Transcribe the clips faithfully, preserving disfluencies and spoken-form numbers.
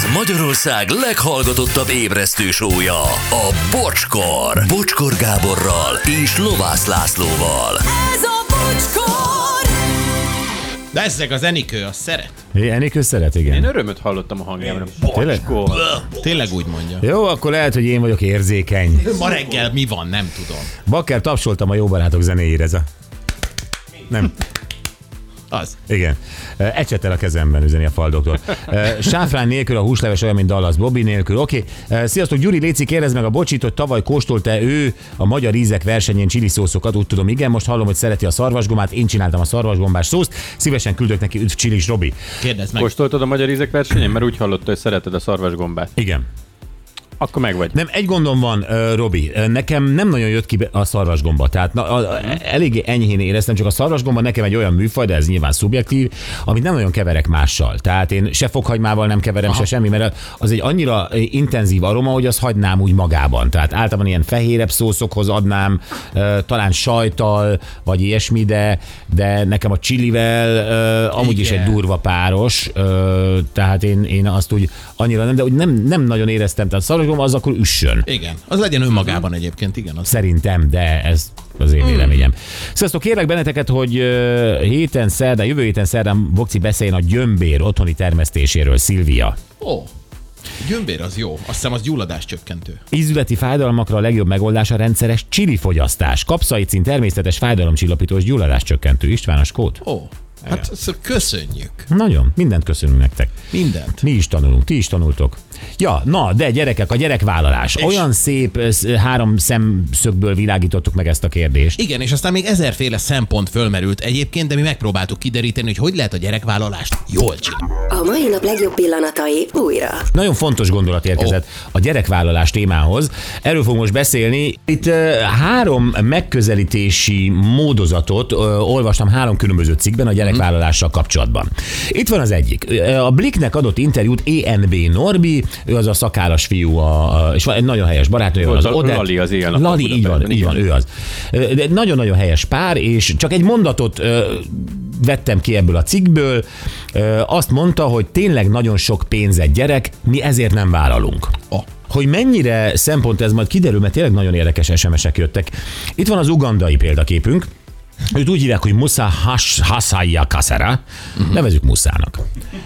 Ez Magyarország leghallgatottabb ébresztő show-ja, a Bocskor. Bocskor Gáborral és Lovász Lászlóval. Ez a Bocskor! De ezek az Enikő, azt szeret. É, Enikő szeret, igen. Én örömöt hallottam a hangjámra. Tényleg? Tényleg úgy mondja. Jó, akkor lehet, hogy én vagyok érzékeny. Ma reggel mi van, nem tudom. Bakker, tapsoltam a Jó Barátok zenéjére. Ez a... Nem. Az. Igen. Ecsettel a kezemben üzeni a faldoktor. Sáfrán nélkül a húsleves olyan, mint Dallas Bobby nélkül. Oké. Okay. Sziasztok, Gyuri, léci, kérdezd meg a Bocsit, hogy tavaly kóstolta ő a magyar ízek versenyén chili szószokat. Úgy tudom, igen, most hallom, hogy szereti a szarvasgombát. Én csináltam a szarvasgombás szószt. Szívesen küldök neki, üdv Csilis Robi. Kérdezd meg. Kóstoltad a magyar ízek versenyén? Mert úgy hallotta, hogy szereted a szarvasgombát. Igen. Akkor meg vagy. Nem, egy gondom van, uh, Robi, nekem nem nagyon jött ki a szarvasgomba, tehát na, a, a, eléggé enyhén éreztem, csak a szarvasgomba nekem egy olyan műfaj, de ez nyilván szubjektív, amit nem nagyon keverek mással. Tehát én se fokhagymával nem keverem, Aha. se semmi, mert az egy annyira intenzív aroma, hogy azt hagynám úgy magában. Tehát általában ilyen fehérebb szószokhoz adnám, uh, talán sajttal, vagy ilyesmi, de, de nekem a chilivel uh, amúgy Igen. is egy durva páros, uh, tehát én, én azt úgy annyira nem, de úgy nem, nem nagyon éreztem, tehát szarvasgomba az akkor üssön. Igen, az legyen önmagában egyébként, igen. Az... Szerintem, de ez az én véleményem. Mm. Sziasztok, kérlek benneteket, hogy héten szerdán, jövő héten szerdán Bokci beszéljen a gyömbér otthoni termesztéséről, Szilvia. Ó, gyömbér az jó. Azt hiszem, az gyulladás csökkentő. Ízületi fájdalmakra a legjobb megoldás a rendszeres chili fogyasztás. Kapszaicin természetes fájdalomcsillapítós gyulladás csökkentő. István a skót. Ó. Hát ezt köszönjük. Nagyon, mindent köszönünk nektek. Mindent. Mi is tanulunk, ti is tanultok. Ja, na, de gyerekek, a gyerekvállalás. És olyan szép három szemszögből világítottuk meg ezt a kérdést. Igen, és aztán még ezerféle szempont fölmerült egyébként, de mi megpróbáltuk kideríteni, hogy hogy lehet a gyerekvállalást jól csinálni. A mai nap legjobb pillanatai újra. Nagyon fontos gondolat érkezett oh. a gyerekvállalás témához. Erről fogunk most beszélni. Itt uh, három megközelítési módozatot uh, olvastam három különböző cikkben a gyerekvállalással kapcsolatban. Itt van az egyik. A Blicknek adott interjút é en bé Norbi, ő az a szakállas fiú, a, a, és van egy nagyon helyes barátnő, az, az Odett. Lali az ilyen. Lali, így van, így van, ő az. De nagyon-nagyon helyes pár, és csak egy mondatot ö, vettem ki ebből a cikkből. Ö, azt mondta, hogy tényleg nagyon sok pénzed gyerek, mi ezért nem vállalunk. Oh. Hogy mennyire szempont ez, majd kiderül, mert tényleg nagyon érdekes es em esek jöttek. Itt van az ugandai példaképünk. Őt úgy hívják, hogy Musa Hasaiya Kasera. Uh-huh. Nevezzük Muszának.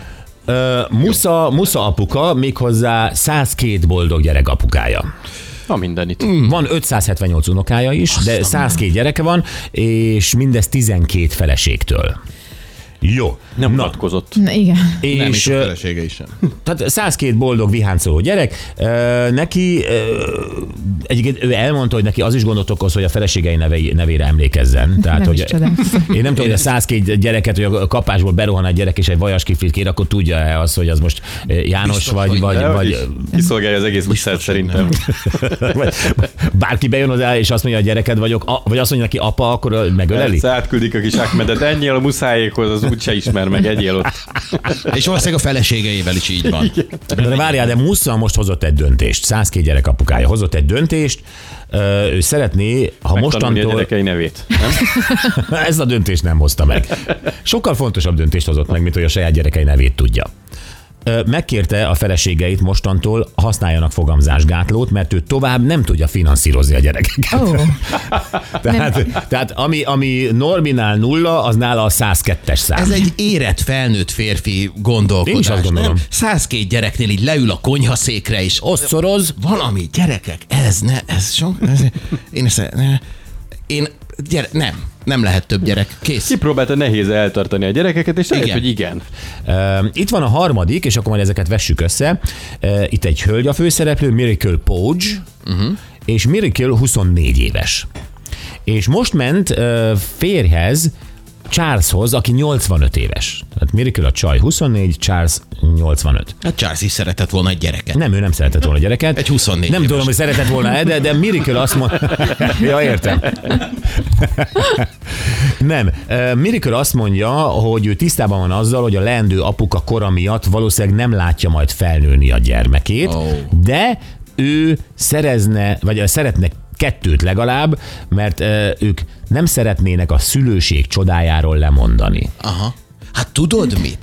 Uh, Musa, Musa apuka méghozzá százkettő boldog gyerek apukája. A mindenit. Mm. Van ötszázhetvennyolc unokája is, Aztán de százkettő gyereke van, és mindez tizenkét feleségtől. Jó. Nem mutatkozott. Na, igen. És, nem is a felesége is sem. Tehát százkettő boldog, viháncoló gyerek. Uh, neki, uh, egyébként ő elmondta, hogy neki az is gondot okoz, hogy a feleségei nevei, nevére emlékezzen. Tehát, nem hogy, is csodálsz. Én nem tudom, hogy a százkettő gyereket, hogy a kapásból berohan egy gyerek és egy vajas kiflit kér, akkor tudja-e az, hogy az most János biztos, vagy... vagy, vagy kiszolgálja az egész visszát szerintem. Bárki bejön hozzá, és azt mondja, a gyereked vagyok, a, vagy azt mondja neki apa, akkor megöleli? Ezt átküldik a kis Ahmedet, ennyél a muszájékhoz, az úgyse ismer meg, egyél ott. És valószínűleg a feleségeivel is így van. De várjál, de Musza most hozott egy döntést. százkettő gyerek apukája hozott egy döntést. Ő szeretné, ha mostantól... a gyerekei nevét, nem? Ez a döntést nem hozta meg. Sokkal fontosabb döntést hozott meg, mint hogy a saját gyerekei nevét tudja. Megkérte a feleségeit mostantól használjanak fogamzásgátlót, mert ő tovább nem tudja finanszírozni a gyerekeket. Oh. tehát tehát ami, ami Norbinál nulla, az nála a százkettes szám. Ez egy érett felnőtt férfi gondolkodás. Én is azt gondolom. százkettő gyereknél így leül a konyhaszékre, és osztszoroz. Valami, gyerekek, ez ne, ez sok... Ez, én ezt... Ne, én... Gyere, nem, nem lehet több gyerek. Kész. Kipróbálta nehéz eltartani a gyerekeket, és lehet, hogy igen. Uh, itt van a harmadik, és akkor majd ezeket vessük össze. Uh, itt egy hölgy a főszereplő, Miracle Poge, uh-huh. és Miracle huszonnégy éves. És most ment uh, férjhez, Charleshoz, aki nyolcvanöt éves. Tehát Miracle a csaj huszonnégy, Charles nyolcvanöt. Hát Charles is szeretett volna egy gyereket. Nem, ő nem szeretett volna gyereket. Egy huszonnégy Nem éves. tudom, hogy szeretett volna, de, de Miracle azt mondja... ja, értem. Nem. Miracle azt mondja, hogy ő tisztában van azzal, hogy a leendő apuka kora miatt valószínűleg nem látja majd felnőni a gyermekét, oh. de ő szerezne, vagy szeretne kettőt legalább, mert uh, ők nem szeretnének a szülőség csodájáról lemondani. Aha. Hát tudod mit?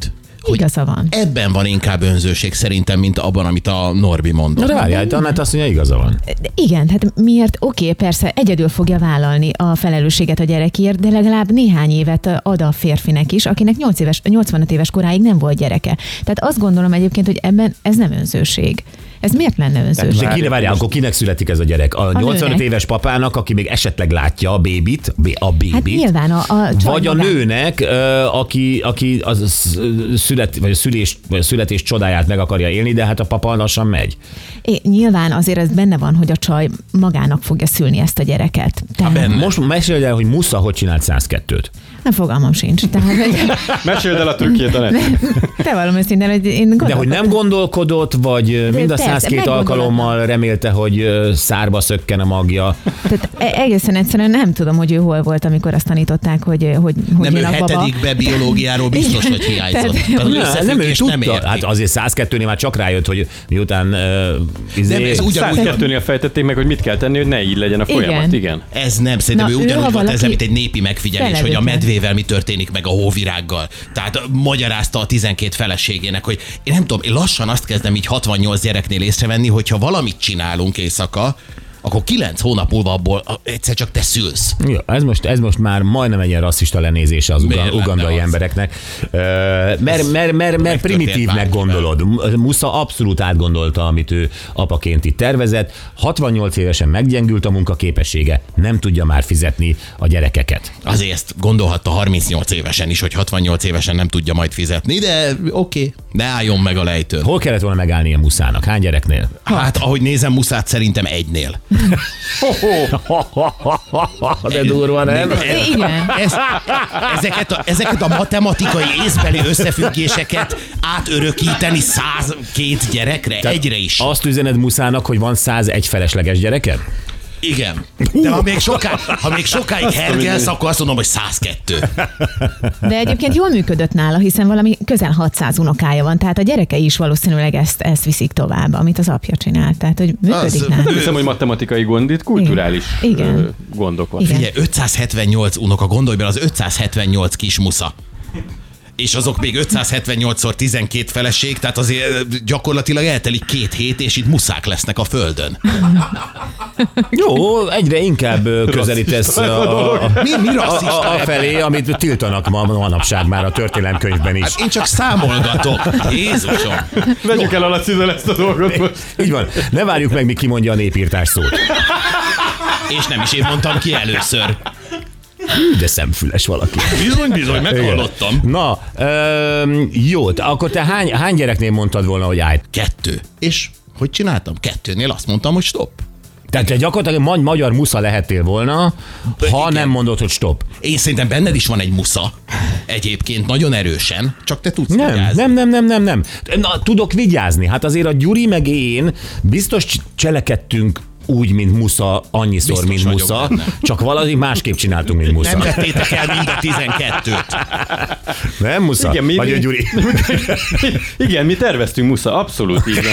hogy Igaza van. ebben van inkább önzőség szerintem, mint abban, amit a Norbi mondott. De várjál, Annett azt mondja, igaza van. Igen, hát miért? Oké, persze egyedül fogja vállalni a felelősséget a gyerekért, de legalább néhány évet ad a férfinek is, akinek nyolc éves, nyolcvanöt éves koráig nem volt gyereke. Tehát azt gondolom egyébként, hogy ebben ez nem önzőség. Ez miért lenne önzőség? De kire várjál, akkor kinek születik ez a gyerek? A, a nyolcvanöt nőnek. éves papának, aki még esetleg látja a bébit, a bébit. Hát nyilván a, a Vagy a magán... nőnek, ö, aki, aki az szület, vagy a szülés, vagy a születés csodáját meg akarja élni, de hát a papa lassan megy. É, nyilván azért ez benne van, hogy a csaj magának fogja szülni ezt a gyereket. Tehát Most meséld el, hogy Musza hogy csinált száz kettőt. nem fogalmam sincs. Tehát, hogy... Meséld el a trükkjét, Anett. Te valami őszintén, hogy én De hogy nem gondolkodott, vagy mind a persze, száz két meggondoltam. alkalommal remélte, hogy ö, szárba szökken a magja. Tehát e- egészen egyszerűen nem tudom, hogy ő hol volt, amikor azt tanították, hogy, hogy, hogy Nem, ő jön a baba. hetedikbe biológiáról biztos, hogy hiányzott. Tehát- Az Nem, nem ő összefüggést nem tudta. érti. Hát azért száz kettőnél már csak rájött, hogy miután uh, izé, Nem, ez ugyanúgy- száz kettőnél fejtették meg, hogy mit kell tenni, hogy ne így legyen a Igen. folyamat. Igen. Ez nem, szerintem Na, ő ő, ugyanúgy ha volt valaki ezzel, mint egy népi megfigyelés, hogy a felelőtlen. medvével mi történik meg a hóvirággal. Tehát magyarázta a tizenkét feleségének, hogy én nem tudom, én lassan azt kezdem így hatvannyolc gyereknél észrevenni, hogyha valamit csinálunk éjszaka, akkor kilenc hónap múlva abból egyszer csak te szülsz. Ja, ez, most, ez most már majdnem egy ilyen rasszista lenézése az Miért ugan, lenne ugandai az? embereknek. Ö, Mert, mert, mert, mert megtörtént primitívnek bármivel. gondolod. Musza abszolút átgondolta, amit ő apaként itt tervezett. hatvannyolc évesen meggyengült a munkaképessége, nem tudja már fizetni a gyerekeket. Azért ezt gondolhatta harmincnyolc évesen is, hogy hatvannyolc évesen nem tudja majd fizetni, de oké, okay, ne álljon meg a lejtőn. Hol kellett volna megállni a Muszának? Hány gyereknél? Hát, ahogy nézem Muszát, szerintem egynél. De durva, nem? Igen. Ez, ezeket, a, ezeket a matematikai észbeli összefüggéseket átörökíteni százkét gyerekre, Tehát egyre is. Azt üzened Muszának, hogy van százegy felesleges gyereked? Igen. De ha még, soká, ha még sokáig hergelsz, akkor azt mondom, hogy száz kettő. De egyébként jól működött nála, hiszen valami közel hatszáz unokája van, tehát a gyerekei is valószínűleg ezt, ezt viszik tovább, amit az apja csinált. Tehát, hogy működik Az- nála. Nem hiszem, hogy matematikai gond, itt kulturális Igen. ö, gondok van. Igen. Figyelj, ötszázhetvennyolc unoka, gondolj bele, az ötszázhetvennyolc kis musza. És azok még ötszázhetvennyolcszor tizenkét feleség, tehát azért gyakorlatilag eltelik két hét, és itt muszák lesznek a földön. Jó, egyre inkább ö, közelítesz a, a, a, Mi, mi a, rasszista a, a ebben? felé, amit tiltanak ma manapság már a történelemkönyvben is. Hát én csak számolgatok. Jézusom. Vegyük el Alacival ezt a dolgot most. Így van. Ne várjuk meg, míg kimondja a népírtás szót. És nem is én mondtam ki először. Hű, de szemfüles valaki. Bizony, bizony, meghallottam. Na, ö, jó, akkor te hány, hány gyereknél mondtad volna, hogy állj? Kettő. És hogy csináltam? Kettőnél azt mondtam, hogy stop. Tehát te gyakorlatilag magy- magyar musza lehettél volna, ha Igen. nem mondod, hogy stop. Én szerintem benned is van egy musza. Egyébként nagyon erősen, csak te tudsz Nem, vigyázni. nem, nem, nem, nem, nem. Na, tudok vigyázni. Hát azért a Gyuri meg én biztos c- cselekedtünk úgy, mint musza, annyiszor, Biztos mint vagyok musza, benne. csak valami másképp csináltunk, mint musza. Nem vettétek el mind a tizenkettőt. Nem musza? Igen, mi- Vagy a mi- Gyuri? Igen, mi terveztünk, Musza, abszolút így van.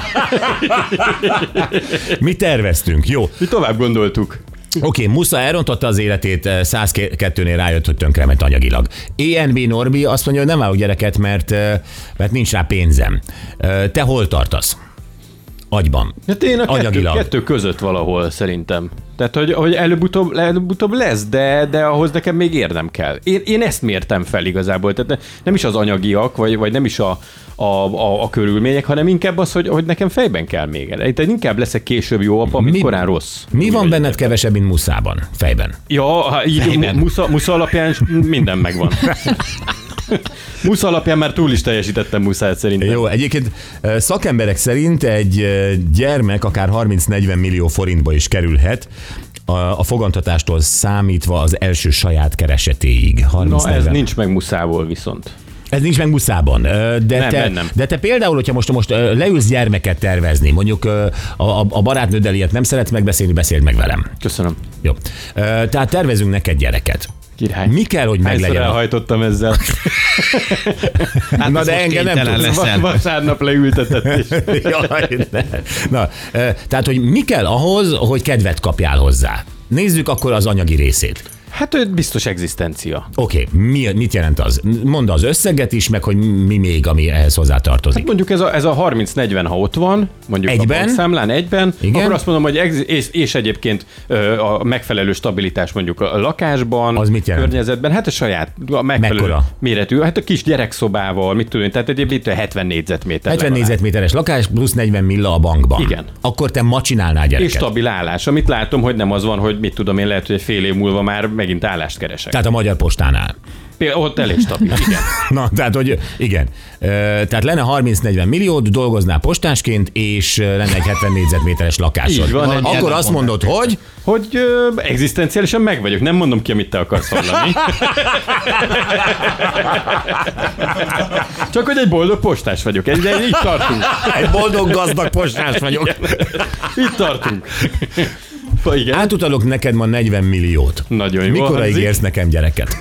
Mi terveztünk, jó. Mi tovább gondoltuk. Oké, okay, Musza elrontotta az életét, száz kettőnél rájött, hogy tönkrement anyagilag. á en bé Norbi azt mondja, hogy nem vállalok gyereket, mert, mert nincs rá pénzem. Te hol tartasz? Agyban. Hát én a kettő, Anyagilag. kettő között valahol szerintem. Tehát, hogy, hogy előbb-utóbb, előbb-utóbb lesz, de, de ahhoz nekem még érnem kell. Én, én ezt mértem fel igazából. Tehát nem is az anyagiak, vagy, vagy nem is a, a, a, a körülmények, hanem inkább az, hogy, hogy nekem fejben kell még. Tehát inkább leszek később jó apa, mint Mi- korán rossz. Mi Úgy van vagy benned érted. kevesebb, mint Muszában? Fejben. Ja, ha így Fejben. musza, musza alapján minden megvan. Musza alapján már túl is teljesítettem Muszát szerintem. Jó, egyébként ö, szakemberek szerint egy ö, gyermek akár harminc-negyven millió forintba is kerülhet, a, a fogantatástól számítva az első saját keresetéig. Na, ez harminc-negyven. nincs meg Muszából viszont. Ez nincs meg Muszában. Ö, De, Nem, te, bennem. de te például, hogyha most, most ö, leülsz gyermeket tervezni, mondjuk ö, a, a, a barátnőddel ilyet nem szeretsz megbeszélni, beszéld meg velem. Köszönöm. Jó. Ö, Tehát tervezünk neked gyereket. Király. Mi kell, hogy Hányszor meglegyen? a- elhajtottam ezzel. Hát Na ez de most engem nem kénytelen tudsz. leszel. Vasárnap leültetett és... Jaj, ne. Na, ö, tehát, hogy mi kell ahhoz, hogy kedvet kapjál hozzá? Nézzük akkor az anyagi részét. Hát ő biztos egzisztencia. Oké, okay. Mi, mit jelent az? Mondd az összeget is, meg hogy mi még, ami ehhez hozzátartozik. Hát mondjuk ez a, ez a harminc negyven, ha ott van, mondjuk egyben? a számlán egyben, igen? Akkor azt mondom, hogy egz- és, és egyébként a megfelelő stabilitás mondjuk a lakásban, az mit jelent? Környezetben, hát a saját, a megfelelő mekkora? Méretű, hát a kis gyerekszobával, mit tudom, tehát egyébként hetven négyzetméter. hetven négyzetméteres lakás plusz negyven milla a bankban. Igen. Akkor te ma csinálnál gyereket. És stabil állás, amit látom, hogy nem az van, hogy mit tudom én, lehet, hogy egy fél év múlva már megint állást keresek. Tehát a Magyar Postánál. Például ott elég stabil, igen. Na, tehát, hogy igen. Tehát lenne harminc-negyven milliót, dolgoznál postásként, és lenne egy hetven négyzetméteres lakásod. Így van, egy Akkor azt mondod, hogy... Hogy ö, egzisztenciálisan meg vagyok. Nem mondom ki, amit te akarsz hallani. Csak hogy egy boldog postás vagyok. De így tartunk. Egy boldog, gazdag postás vagyok. Itt tartunk. Igen. Átutalok neked ma negyven milliót. Nagyon jó. Mikor ígérsz nekem gyereket?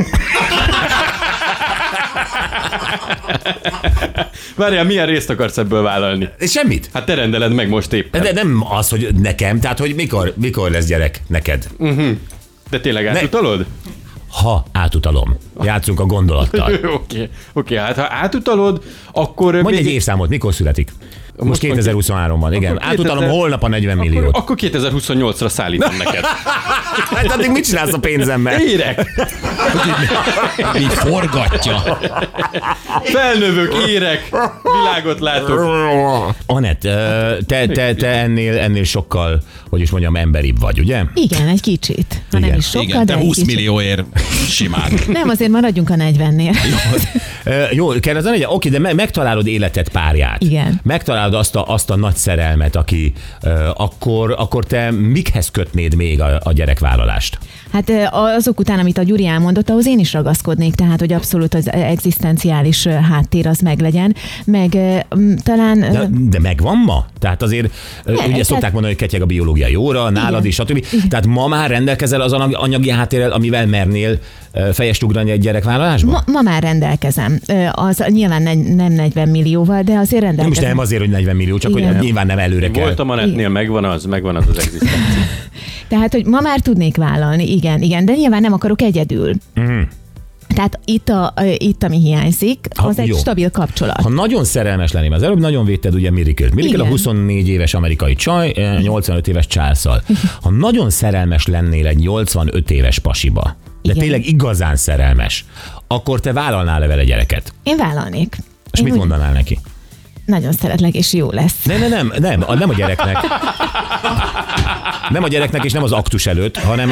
Várjál, milyen részt akarsz ebből vállalni? Semmit. Hát te rendeled meg most éppen. De nem az, hogy nekem, tehát hogy mikor, mikor lesz gyerek neked. Uh-huh. De tényleg átutalod? Ha átutalom. Játszunk a gondolattal. Oké, okay. okay, hát ha átutalod, akkor... Mondj még... egy évszámot, mikor születik? Most, Most kétezer-huszonháromban, igen. Átutalom kétezer... holnap a negyven milliót. Akkor, akkor kétezer-huszonnyolcra szállítom neked. Hát addig mit csinálsz a pénzemmel? Érek. Így forgatja. Felnövök, érek, világot látok. Anett, te, te, te ennél, ennél sokkal, hogy is mondjam, emberibb vagy, ugye? Igen, egy kicsit. Ha Igen. nem is sokkal, Igen, de te egy húsz kicsit. millióért simán. Nem, azért maradjunk a negyvennél. Jó, kell az egy, oké, de me- megtalálod életed párját. Igen. Megtalálod azt a, azt a nagy szerelmet, aki uh, akkor, akkor te mikhez kötnéd még a, a gyerekvállalást? Hát azok után, amit a Gyuri elmondott, ahhoz én is ragaszkodnék, tehát, hogy abszolút az egzisztenciális háttér az meglegyen, meg talán... De, de megvan ma? Tehát azért, ne, ugye tehát... szokták mondani, hogy ketyeg a biológiai óra, nálad igen. is, stb. Igen. Tehát ma már rendelkezel az anyagi háttérrel, amivel mernél fejest ugrani egy gyerekvállalásba? Ma, ma már rendelkezem. Az nyilván ne, nem negyven millióval, de azért rendelkezem. Nem is nem azért, hogy negyven millió, csak igen. hogy nyilván nem előre kell. Voltam a netnél, megvan az, megvan az az egzisztencia. Tehát, hogy ma már tudnék vállalni, igen, igen, de nyilván nem akarok egyedül. Uh-huh. Tehát itt, a, itt, ami hiányzik, az ha, egy jó. stabil kapcsolat. Ha nagyon szerelmes lenném, az előbb nagyon védted ugye Miracle-t. Miracle a huszonnégy éves amerikai csaj, nyolcvanöt éves Charles-szal. Ha nagyon szerelmes lennél egy nyolcvanöt éves pasiba, de igen. tényleg igazán szerelmes, akkor te vállalnál-e vele gyereket? Én vállalnék. És Én mit úgy... mondanál neki? Nagyon szeretlek, és jó lesz. Nem, nem, nem, nem, nem a gyereknek. Nem a gyereknek, és nem az aktus előtt, hanem...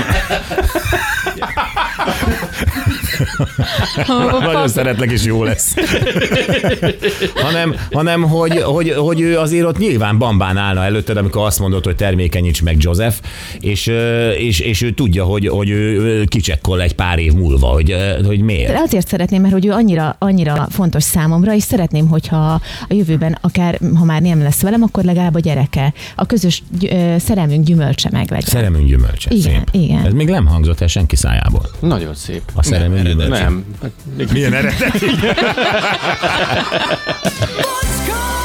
Nagyon szeretlek, és jó lesz. hanem, hanem hogy, hogy, hogy ő azért ott nyilván bambán állna előtted, amikor azt mondod, hogy termékenyíts meg Joseph, és, és, és ő tudja, hogy, hogy ő kicsekkol egy pár év múlva, hogy, hogy miért. De azért szeretném, mert hogy ő annyira, annyira fontos számomra, és szeretném, hogyha a jövőben, akár ha már nem lesz velem, akkor legalább a gyereke, a közös szerelmünk gyümölcse meglegyen. Szerelmünk gyümölcse. Igen, szép. igen. Ez még nem hangzott el senki szájából. Nagyon szép. A szerelmünk gyümölcse. Nem. Milyen eredeti? Bocskor!